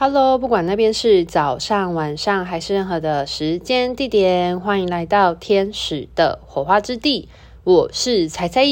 Hello， 不管那边是早上、晚上还是任何的时间地点，欢迎来到天使的火花之地。我是彩彩。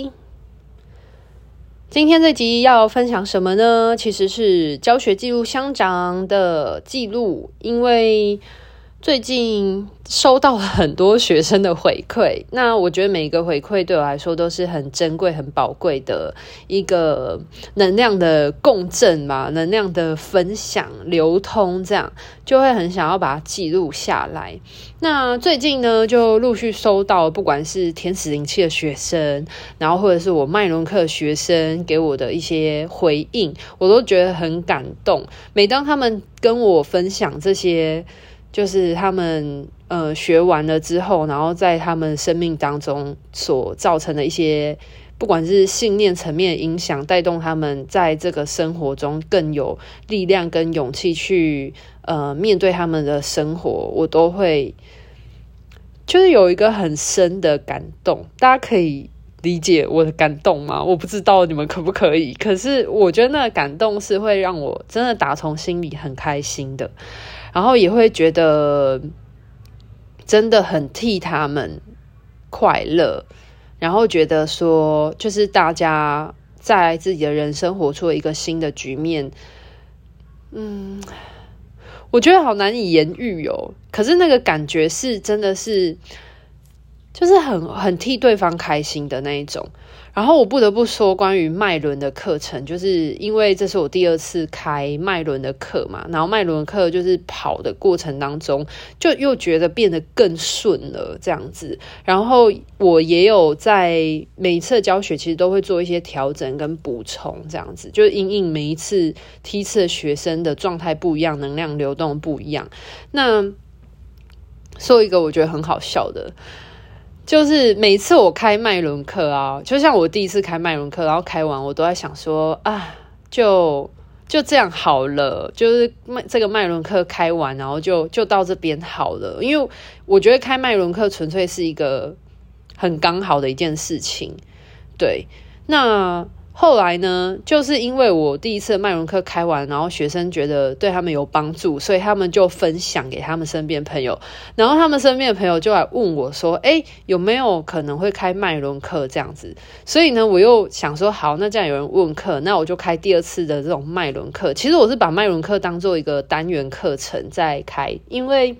今天这集要分享什么呢？其实是教学记录乡长的记录，因为最近收到了很多学生的回馈，那我觉得每一个回馈对我来说都是很珍贵、很宝贵的一个能量的共振嘛，能量的分享、流通，这样就会很想要把它记录下来。那最近呢，就陆续收到不管是天使灵气的学生，然后或者是我脉轮课的学生给我的一些回应，我都觉得很感动。每当他们跟我分享这些，就是他们学完了之后，然后在他们生命当中所造成的一些不管是信念层面的影响，带动他们在这个生活中更有力量跟勇气去面对他们的生活，我都会就是有一个很深的感动。大家可以理解我的感动吗？我不知道你们可不可以，可是我觉得那个感动是会让我真的打从心里很开心的，然后也会觉得真的很替他们快乐，然后觉得说就是大家在自己的人生活出了一个新的局面。我觉得好难以言喻哦，可是那个感觉是真的是就是很替对方开心的那一种。然后我不得不说关于脉轮的课程，就是因为这是我第二次开脉轮的课嘛，然后脉轮课就是跑的过程当中就又觉得变得更顺了这样子。然后我也有在每一次的教学其实都会做一些调整跟补充这样子，就是因应每一次梯次的学生的状态不一样，能量流动不一样。那说一个我觉得很好笑的，就是每次我开脉轮课啊，就像我第一次开脉轮课，然后开完我都在想说就这样好了，就是这个脉轮课开完，然后就到这边好了。因为我觉得开脉轮课纯粹是一个很刚好的一件事情。对，那后来呢，就是因为我第一次的脉轮课开完，然后学生觉得对他们有帮助，所以他们就分享给他们身边朋友，然后他们身边的朋友就来问我说有没有可能会开脉轮课这样子。所以呢，我又想说好，那既然有人问课，那我就开第二次的这种脉轮课。其实我是把脉轮课当做一个单元课程在开，因为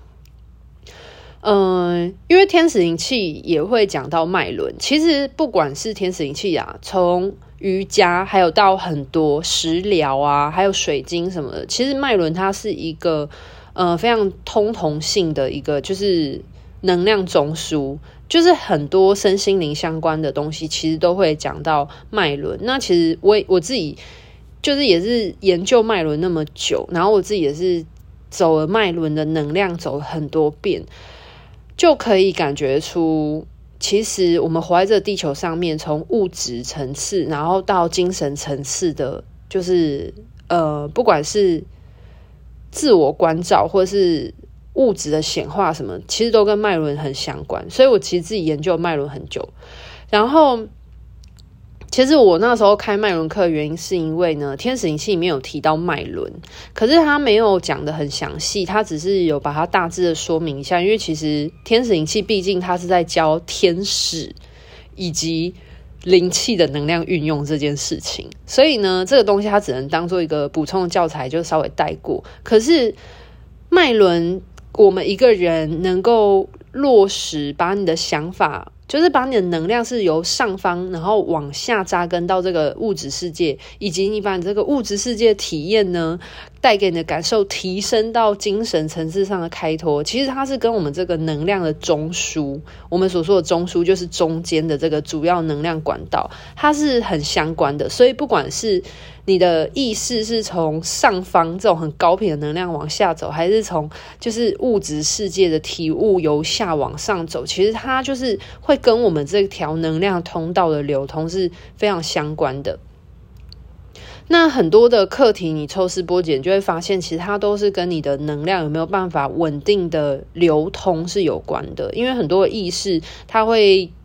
天使灵气也会讲到脉轮。其实不管是天使灵气啊，从瑜伽还有到很多食疗啊，还有水晶什么的，其实脉轮它是一个非常通同性的一个就是能量中枢，就是很多身心灵相关的东西其实都会讲到脉轮。那其实我自己就是也是研究脉轮那么久，然后我自己也是走了脉轮的能量走了很多遍，就可以感觉出其实我们活在这个地球上面，从物质层次然后到精神层次的，就是不管是自我关照或是物质的显化什么，其实都跟脉轮很相关。所以我其实自己研究脉轮很久。然后其实我那时候开脉轮课的原因是因为呢，天使灵气里面有提到脉轮，可是他没有讲得很详细，他只是有把它大致的说明一下。因为其实天使灵气毕竟他是在教天使以及灵气的能量运用这件事情，所以呢这个东西它只能当做一个补充的教材，就稍微带过。可是脉轮我们一个人能够落实把你的想法，就是把你的能量是由上方然后往下扎根到这个物质世界，以及你把你这个物质世界的体验呢带给你的感受提升到精神层次上的开拓，其实它是跟我们这个能量的中枢，我们所说的中枢就是中间的这个主要能量管道，它是很相关的。所以不管是你的意识是从上方这种很高频的能量往下走，还是从就是物质世界的体悟由下往上走，其实它就是会跟我们这条能量通道的流通是非常相关的。那很多的课题你抽丝剥茧，就会发现其实它都是跟你的能量有没有办法稳定的流通是有关的。因为很多的意识它会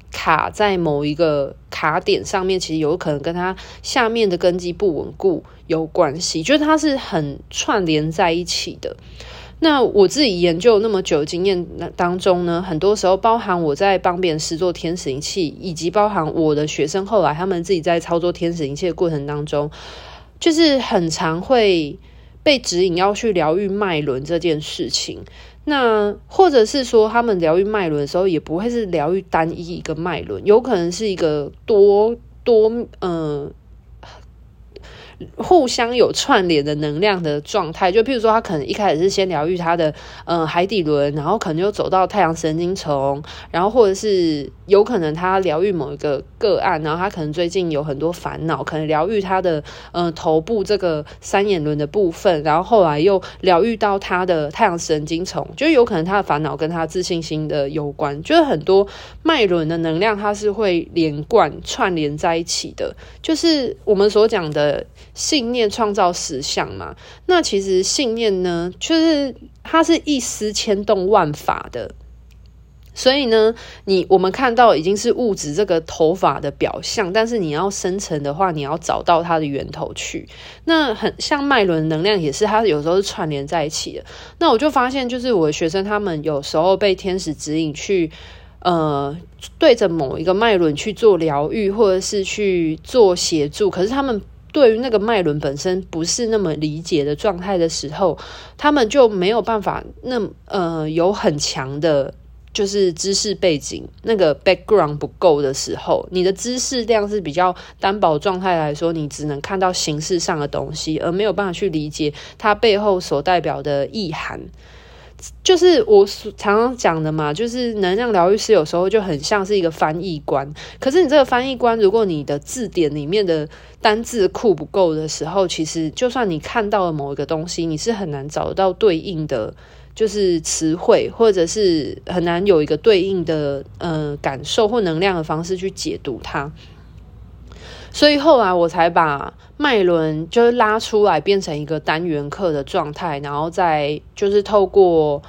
卡在某一个卡点上面，其实有可能跟它下面的根基不稳固有关系，就是它是很串联在一起的。那我自己研究那么久的经验当中呢，很多时候包含我在帮别人施作天使灵气，以及包含我的学生后来他们自己在操作天使灵气的过程当中，就是很常会被指引要去疗愈脉轮这件事情。那或者是说他们疗愈脉轮的时候也不会是疗愈单一一个脉轮，有可能是一个互相有串联的能量的状态。就譬如说他可能一开始是先疗愈他的海底轮，然后可能就走到太阳神经丛，然后或者是有可能他疗愈某一个个案，然后他可能最近有很多烦恼，可能疗愈他的头部这个三眼轮的部分，然后后来又疗愈到他的太阳神经丛，就有可能他的烦恼跟他自信心的有关。就是很多脉轮的能量它是会连贯串联在一起的，就是我们所讲的信念创造实相嘛。那其实信念呢，就是它是一丝牵动万法的。所以呢，我们看到已经是物质这个头发的表象，但是你要生成的话，你要找到它的源头去。那很像脉轮能量也是，它有时候是串联在一起的。那我就发现，就是我的学生他们有时候被天使指引去对着某一个脉轮去做疗愈，或者是去做协助，可是他们对于那个脉轮本身不是那么理解的状态的时候，他们就没有办法有很强的就是知识背景，那个 background 不够的时候，你的知识量是比较单薄状态来说，你只能看到形式上的东西，而没有办法去理解它背后所代表的意涵。就是我常常讲的嘛，就是能量疗愈师有时候就很像是一个翻译官，可是你这个翻译官，如果你的字典里面的单字库不够的时候，其实就算你看到了某一个东西，你是很难找到对应的就是词汇，或者是很难有一个对应的感受或能量的方式去解读它。所以后来我才把脉轮就是拉出来变成一个单元课的状态，然后再就是透过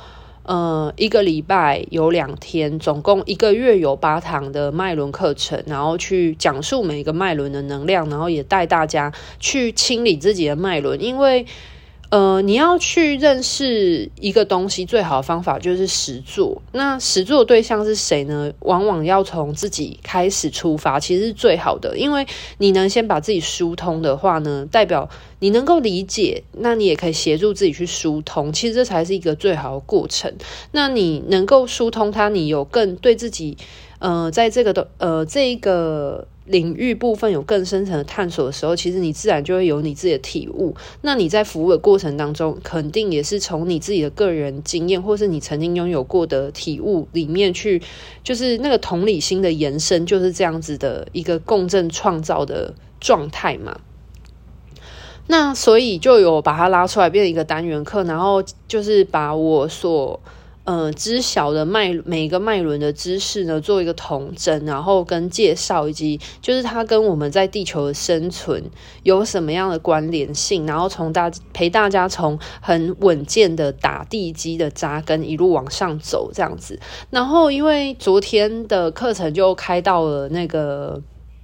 1个礼拜有2天，总共1个月有8堂的脉轮课程，然后去讲述每个脉轮的能量，然后也带大家去清理自己的脉轮。因为你要去认识一个东西，最好的方法就是实作。那实作对象是谁呢？往往要从自己开始出发，其实是最好的。因为你能先把自己疏通的话呢，代表你能够理解，那你也可以协助自己去疏通。其实这才是一个最好的过程。那你能够疏通它，你有更对自己在这个领域部分有更深层的探索的时候，其实你自然就会有你自己的体悟。那你在服务的过程当中，肯定也是从你自己的个人经验，或是你曾经拥有过的体悟里面去，就是那个同理心的延伸，就是这样子的一个共振创造的状态嘛。那所以就有把它拉出来变成一个单元课，然后就是把我所知晓的每一个脉轮的知识呢，做一个统整，然后跟介绍，以及就是它跟我们在地球的生存有什么样的关联性，然后陪大家从很稳健的打地基的扎根一路往上走这样子。然后因为昨天的课程就开到了那个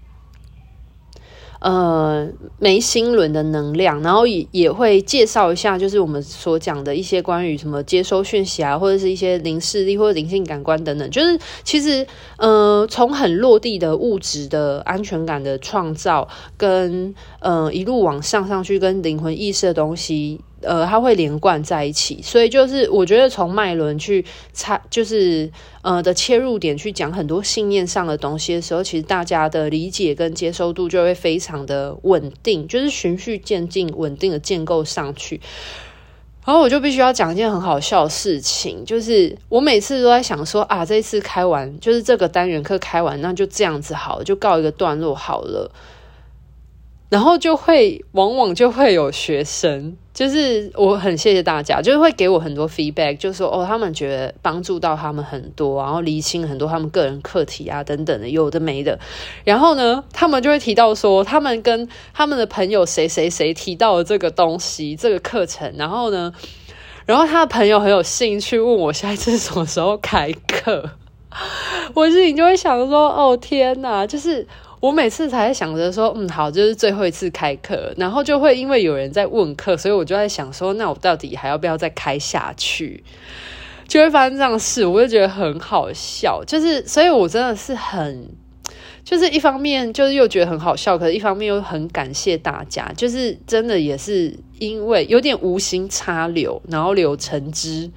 眉心轮的能量，然后也会介绍一下，就是我们所讲的一些关于什么接收讯息啊，或者是一些灵视力或者灵性感官等等，就是其实从很落地的物质的安全感的创造，跟一路往上去跟灵魂意识的东西，它会连贯在一起。所以就是我觉得从脉轮去就是的切入点去讲很多信念上的东西的时候，其实大家的理解跟接收度就会非常的稳定，就是循序渐进稳定的建构上去。然后我就必须要讲一件很好笑的事情，就是我每次都在想说啊，这一次开完就是这个单元课开完，那就这样子好了，就告一个段落好了。然后往往就会有学生，就是我很谢谢大家，就是会给我很多 feedback， 就说他们觉得帮助到他们很多，然后厘清很多他们个人课题啊等等的，有的没的。然后呢，他们就会提到说，他们跟他们的朋友谁提到了这个东西，这个课程，然后他的朋友很有兴趣问我下一次什么时候开课。 我心里就会想说，哦天哪，就是我每次才想着说，好，就是最后一次开课，然后就会因为有人在问课，所以我就在想说，那我到底还要不要再开下去？就会发生这样的事，我就觉得很好笑，就是所以我真的是就是一方面就是又觉得很好笑，可是一方面又很感谢大家，就是真的也是因为有点无心插柳，然后柳成枝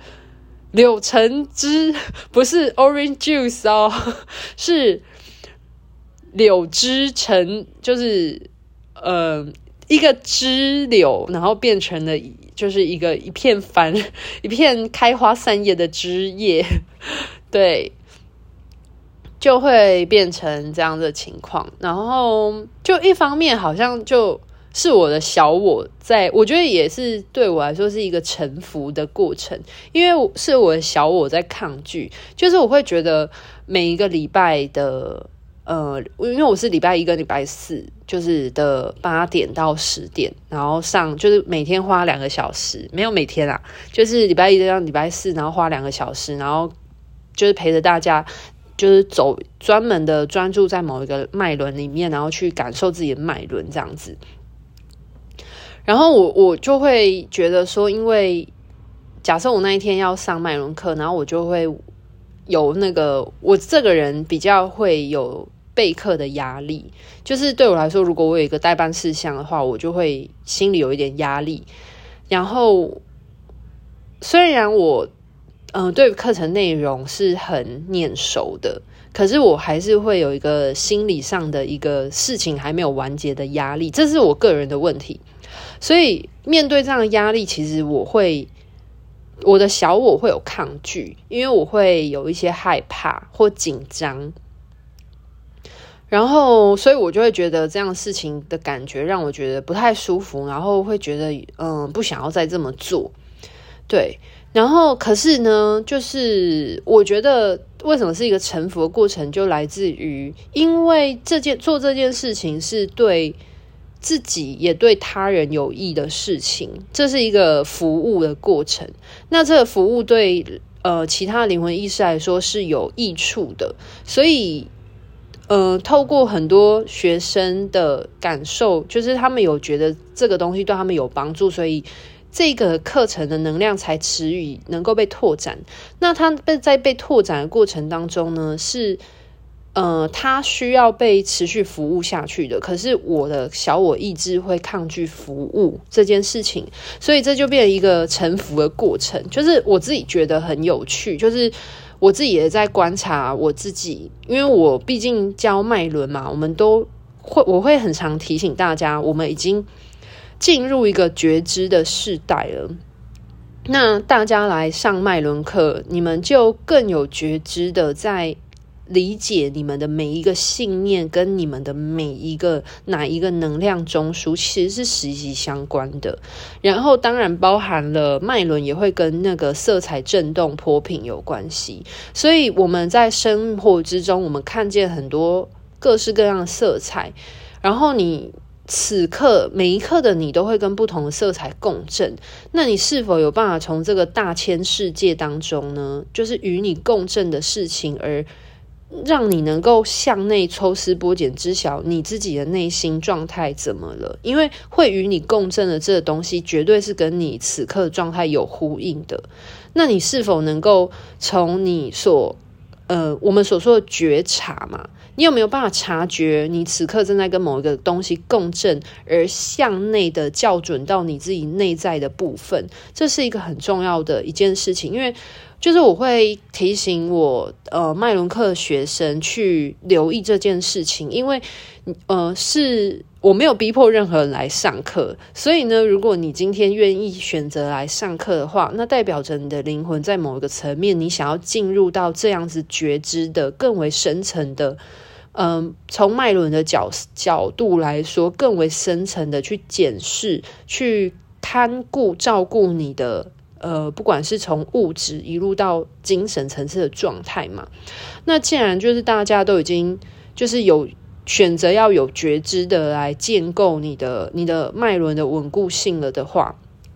不是 orange juice 哦，是柳枝成，就是一个枝柳，然后变成了就是一片一片开花散叶的枝叶，对，就会变成这样的情况。然后就一方面好像就是我的小我我觉得也是对我来说是一个臣服的过程，因为是我的小我在抗拒，就是我会觉得每一个礼拜的因为我是礼拜一跟礼拜四就是的8点到10点，然后就是每天花2个小时，没有每天啦，就是礼拜一到礼拜四，然后花2个小时，然后就是陪着大家就是走专门的专注在某一个脉轮里面，然后去感受自己的脉轮这样子。然后我就会觉得说，因为假设我那一天要上脉轮课，然后我就会有我这个人比较会有备课的压力，就是对我来说，如果我有一个代办事项的话，我就会心里有一点压力。然后虽然我对课程内容是很念熟的，可是我还是会有一个心理上的一个事情还没有完结的压力，这是我个人的问题。所以面对这样的压力，其实我的小我会有抗拒，因为我会有一些害怕或紧张，然后所以我就会觉得这样的事情的感觉让我觉得不太舒服，然后会觉得不想要再这么做。对，然后可是呢，就是我觉得为什么是一个臣服的过程，就来自于因为做这件事情是对自己也对他人有益的事情，这是一个服务的过程。那这个服务对其他灵魂意识来说是有益处的，所以透过很多学生的感受，就是他们有觉得这个东西对他们有帮助，所以这个课程的能量才迟疑能够被拓展。那它在被拓展的过程当中呢，是它需要被持续服务下去的，可是我的小我意志会抗拒服务这件事情，所以这就变成一个臣服的过程。就是我自己觉得很有趣，就是我自己也在观察我自己，因为我毕竟教脉轮嘛，我会很常提醒大家，我们已经进入一个觉知的世代了。那大家来上脉轮课，你们就更有觉知的在理解你们的每一个信念跟你们的哪一个能量中枢其实是息息相关的。然后当然包含了脉轮也会跟那个色彩振动波频有关系，所以我们在生活之中我们看见很多各式各样的色彩，然后你此刻每一刻的你都会跟不同的色彩共振，那你是否有办法从这个大千世界当中呢，就是与你共振的事情而让你能够向内抽丝剥茧，知晓你自己的内心状态怎么了？因为会与你共振的这个东西绝对是跟你此刻的状态有呼应的。那你是否能够从你我们所说的觉察嘛，你有没有办法察觉你此刻正在跟某一个东西共振，而向内的校准到你自己内在的部分？这是一个很重要的一件事情，因为就是我会提醒我脉轮课的学生去留意这件事情，因为是我没有逼迫任何人来上课，所以呢，如果你今天愿意选择来上课的话，那代表着你的灵魂在某一个层面，你想要进入到这样子觉知的更为深层的从脉轮的角度来说，更为深层的去检视，去看顾照顾你的不管是从物质一路到精神层次的状态嘛。那既然就是大家都已经就是有选择要有觉知的来建构你的脉轮的稳固性了的话，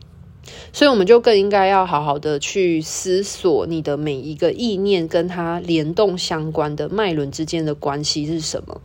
所以我们就更应该要好好的去思索你的每一个意念跟它联动相关的脉轮之间的关系是什么。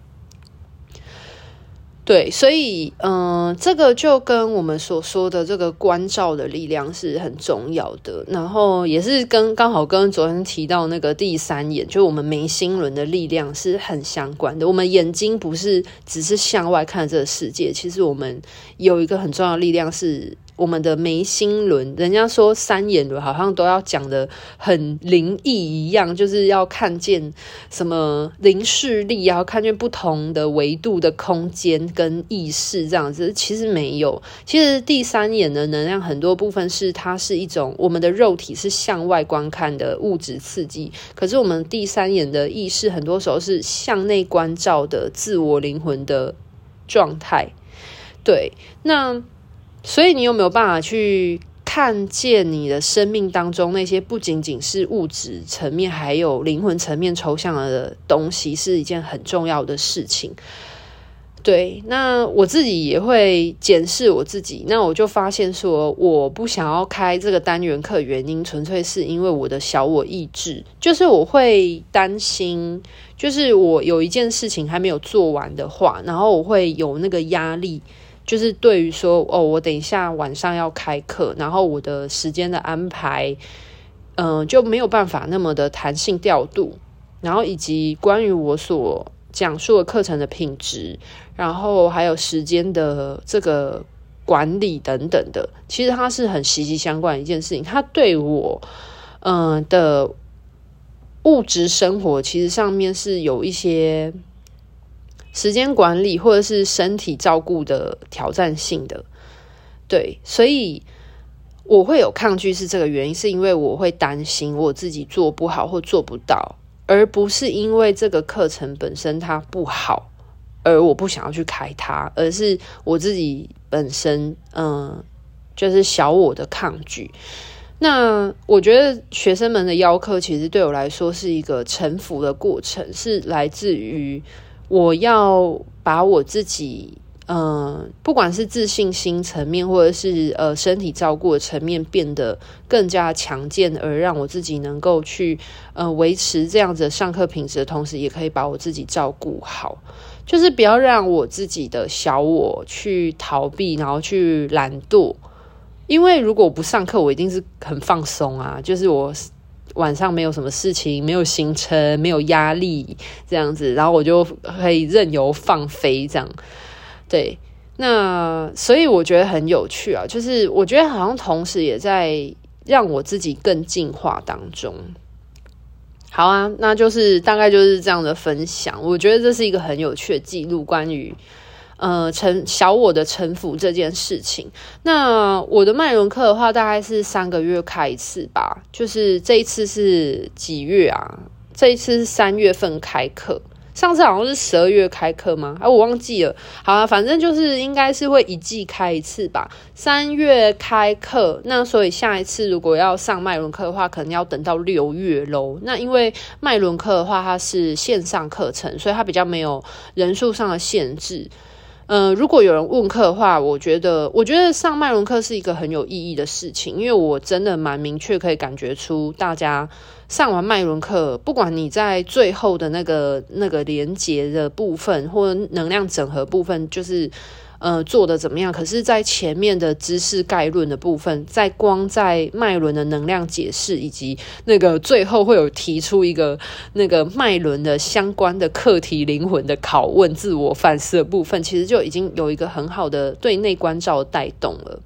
对，所以这个就跟我们所说的这个观照的力量是很重要的，然后也是刚好跟昨天提到那个第三眼，就我们眉心轮的力量是很相关的。我们眼睛不是只是向外看这个世界，其实我们有一个很重要的力量是我们的眉心轮。人家说三眼轮好像都要讲的很灵异一样，就是要看见什么灵视力啊，看见不同的维度的空间跟意识这样子。其实没有，其实第三眼的能量很多部分是它是一种我们的肉体是向外观看的物质刺激，可是我们第三眼的意识很多时候是向内观照的自我灵魂的状态。对，那所以你有没有办法去看见你的生命当中那些不仅仅是物质层面还有灵魂层面抽象的东西，是一件很重要的事情。对，那我自己也会检视我自己，那我就发现说我不想要开这个单元课原因纯粹是因为我的小我意志，就是我会担心，就是我有一件事情还没有做完的话，然后我会有那个压力，就是对于说我等一下晚上要开课，然后我的时间的安排就没有办法那么的弹性调度，然后以及关于我所讲述的课程的品质，然后还有时间的这个管理等等的，其实它是很息息相关的一件事情。它对我的物质生活其实上面是有一些时间管理或者是身体照顾的挑战性的。对，所以我会有抗拒是这个原因，是因为我会担心我自己做不好或做不到，而不是因为这个课程本身它不好而我不想要去开它，而是我自己本身就是小我的抗拒。那我觉得学生们的邀课其实对我来说是一个臣服的过程，是来自于我要把我自己不管是自信心层面或者是身体照顾的层面变得更加强健，而让我自己能够去维持这样子的上课品质的同时，也可以把我自己照顾好，就是不要让我自己的小我去逃避，然后去懒惰。因为如果我不上课，我一定是很放松啊，就是我晚上没有什么事情，没有行程，没有压力这样子，然后我就可以任由放飞这样。对，那所以我觉得很有趣啊，就是我觉得好像同时也在让我自己更进化当中。好啊，那就是大概就是这样的分享。我觉得这是一个很有趣的记录，关于小我的臣服这件事情。那我的脉轮课的话，大概是3个月开一次吧，就是这一次是几月啊？这一次是3月份开课。上次好像是12月开课吗？我忘记了。好啊，反正就是应该是会一季开一次吧。3月开课，那所以下一次如果要上脉轮课的话，可能要等到6月咯。那因为脉轮课的话，它是线上课程，所以它比较没有人数上的限制。如果有人问课的话，我觉得上脉轮课是一个很有意义的事情，因为我真的蛮明确可以感觉出大家上完脉轮课，不管你在最后的那个连结的部分或能量整合部分，就是做的怎么样，可是在前面的知识概论的部分，在脉轮的能量解释，以及那个最后会有提出一个那个脉轮的相关的课题灵魂的拷问自我反思的部分，其实就已经有一个很好的对内观照的带动了。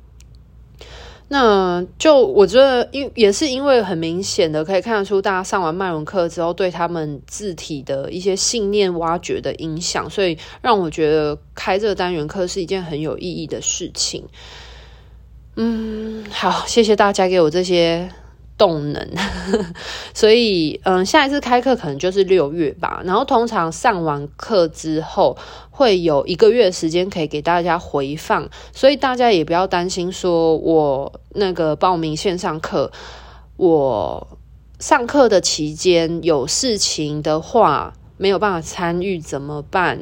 那就我觉得也是因为很明显的可以看得出大家上完脉轮课之后对他们自体的一些信念挖掘的影响，所以让我觉得开这个单元课是一件很有意义的事情。好，谢谢大家给我这些动能所以下一次开课可能就是6月吧，然后通常上完课之后会有1个月的时间可以给大家回放，所以大家也不要担心说我那个报名线上课，我上课的期间有事情的话没有办法参与怎么办，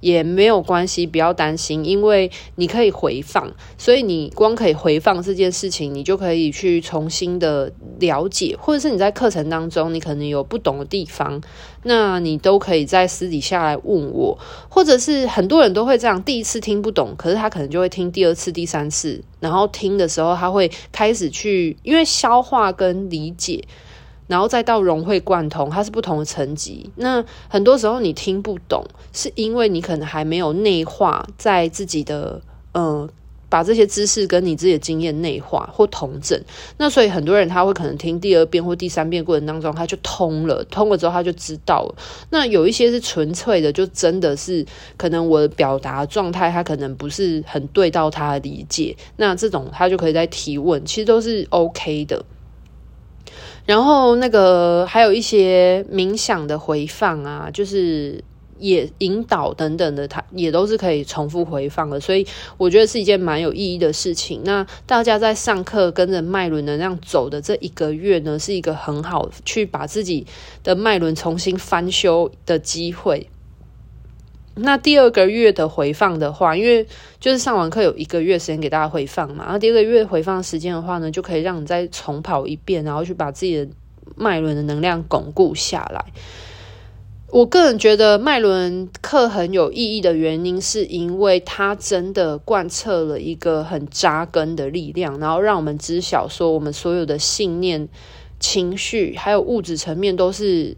也没有关系，不要担心，因为你可以回放，所以你光可以回放这件事情，你就可以去重新的了解，或者是你在课程当中你可能有不懂的地方，那你都可以在私底下来问我，或者是很多人都会这样，第一次听不懂，可是他可能就会听第二次、第三次，然后听的时候他会开始去，因为消化跟理解，然后再到融会贯通，它是不同的层级。那很多时候你听不懂，是因为你可能还没有内化在自己的把这些知识跟你自己的经验内化或统整。那所以很多人他会可能听第二遍或第三遍过程当中，他就通了之后他就知道了。那有一些是纯粹的，就真的是可能我的表达状态他可能不是很对到他的理解，那这种他就可以再提问，其实都是 OK 的。然后还有一些冥想的回放啊，就是也引导等等的，它也都是可以重复回放的，所以我觉得是一件蛮有意义的事情。那大家在上课跟着脉轮能量走的这1个月呢，是一个很好去把自己的脉轮重新翻修的机会。那第2个月的回放的话，因为就是上完课有1个月时间给大家回放嘛，然后第2个月回放时间的话呢，就可以让你再重跑一遍，然后去把自己的脉轮的能量巩固下来。我个人觉得脉轮课很有意义的原因，是因为它真的贯彻了一个很扎根的力量，然后让我们知晓说我们所有的信念、情绪还有物质层面都是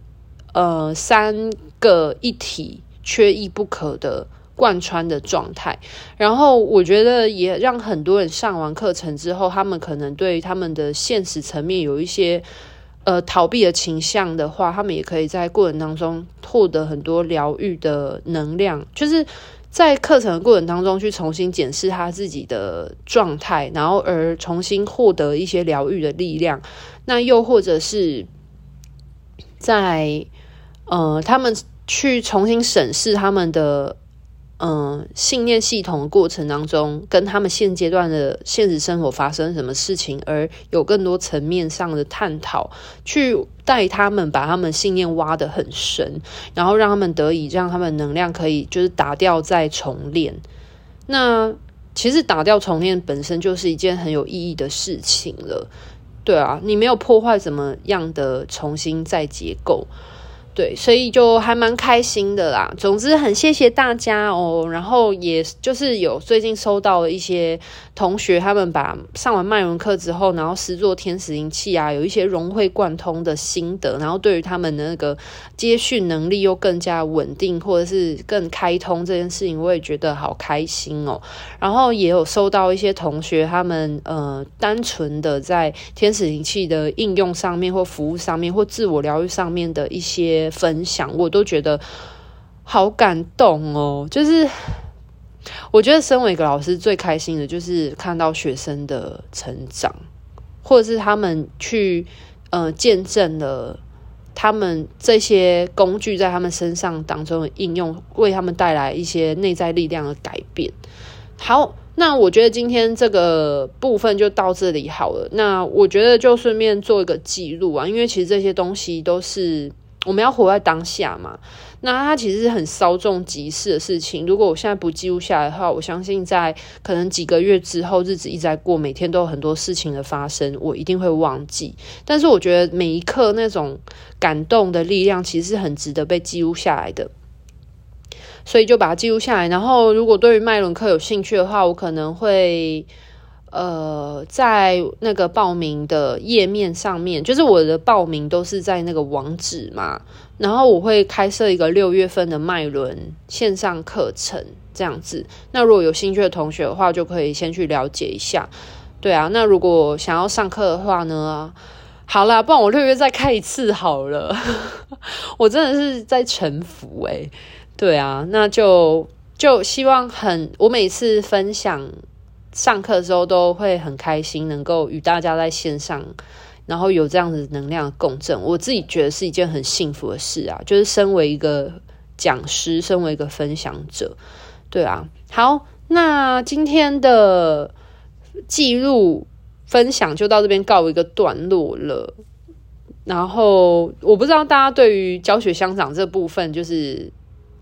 3个一体缺一不可的贯穿的状态。然后我觉得也让很多人上完课程之后，他们可能对他们的现实层面有一些逃避的倾向的话，他们也可以在过程当中获得很多疗愈的能量，就是在课程的过程当中去重新检视他自己的状态，然后而重新获得一些疗愈的力量。那又或者是在他们去重新审视他们的信念系统的过程当中，跟他们现阶段的现实生活发生什么事情，而有更多层面上的探讨，去带他们把他们信念挖得很深，然后让他们得以让他们能量可以就是打掉再重练。那其实打掉重练本身就是一件很有意义的事情了，对啊，你没有破坏怎么样的重新再结构。对，所以就还蛮开心的啦。总之很谢谢大家哦，然后也就是有最近收到了一些同学，他们把上完脉轮课之后，然后实作天使灵气啊，有一些融会贯通的心得，然后对于他们的那个接讯能力又更加稳定，或者是更开通这件事情，我也觉得好开心哦。然后也有收到一些同学，他们单纯的在天使灵气的应用上面，或服务上面，或自我疗愈上面的一些分享，我都觉得好感动哦。就是我觉得身为一个老师最开心的就是看到学生的成长，或者是他们去见证了他们这些工具在他们身上当中的应用，为他们带来一些内在力量的改变。好，那我觉得今天这个部分就到这里好了。那我觉得就顺便做一个记录啊，因为其实这些东西都是我们要活在当下嘛，那它其实是很稍纵即逝的事情。如果我现在不记录下来的话，我相信在可能几个月之后，日子一直在过，每天都有很多事情的发生，我一定会忘记。但是我觉得每一刻那种感动的力量其实是很值得被记录下来的，所以就把它记录下来。然后如果对于脉轮课有兴趣的话，我可能会在那个报名的页面上面，就是我的报名都是在那个网址嘛，然后我会开设一个6月份的脉轮线上课程这样子。那如果有兴趣的同学的话，就可以先去了解一下。对啊，那如果想要上课的话呢，好啦，不然我6月再开一次好了。我真的是在臣服对啊，那就希望我每次分享上课的时候都会很开心，能够与大家在线上，然后有这样子能量的共振，我自己觉得是一件很幸福的事啊，就是身为一个讲师，身为一个分享者。对啊，好，那今天的记录分享就到这边告一个段落了。然后我不知道大家对于教学相长这部分就是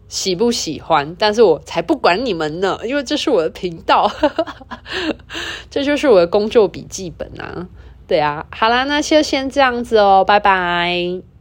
喜不喜欢，但是我才不管你们呢，因为这是我的频道这就是我的工作笔记本啊。对啊，好啦，那就先这样子哦，拜拜。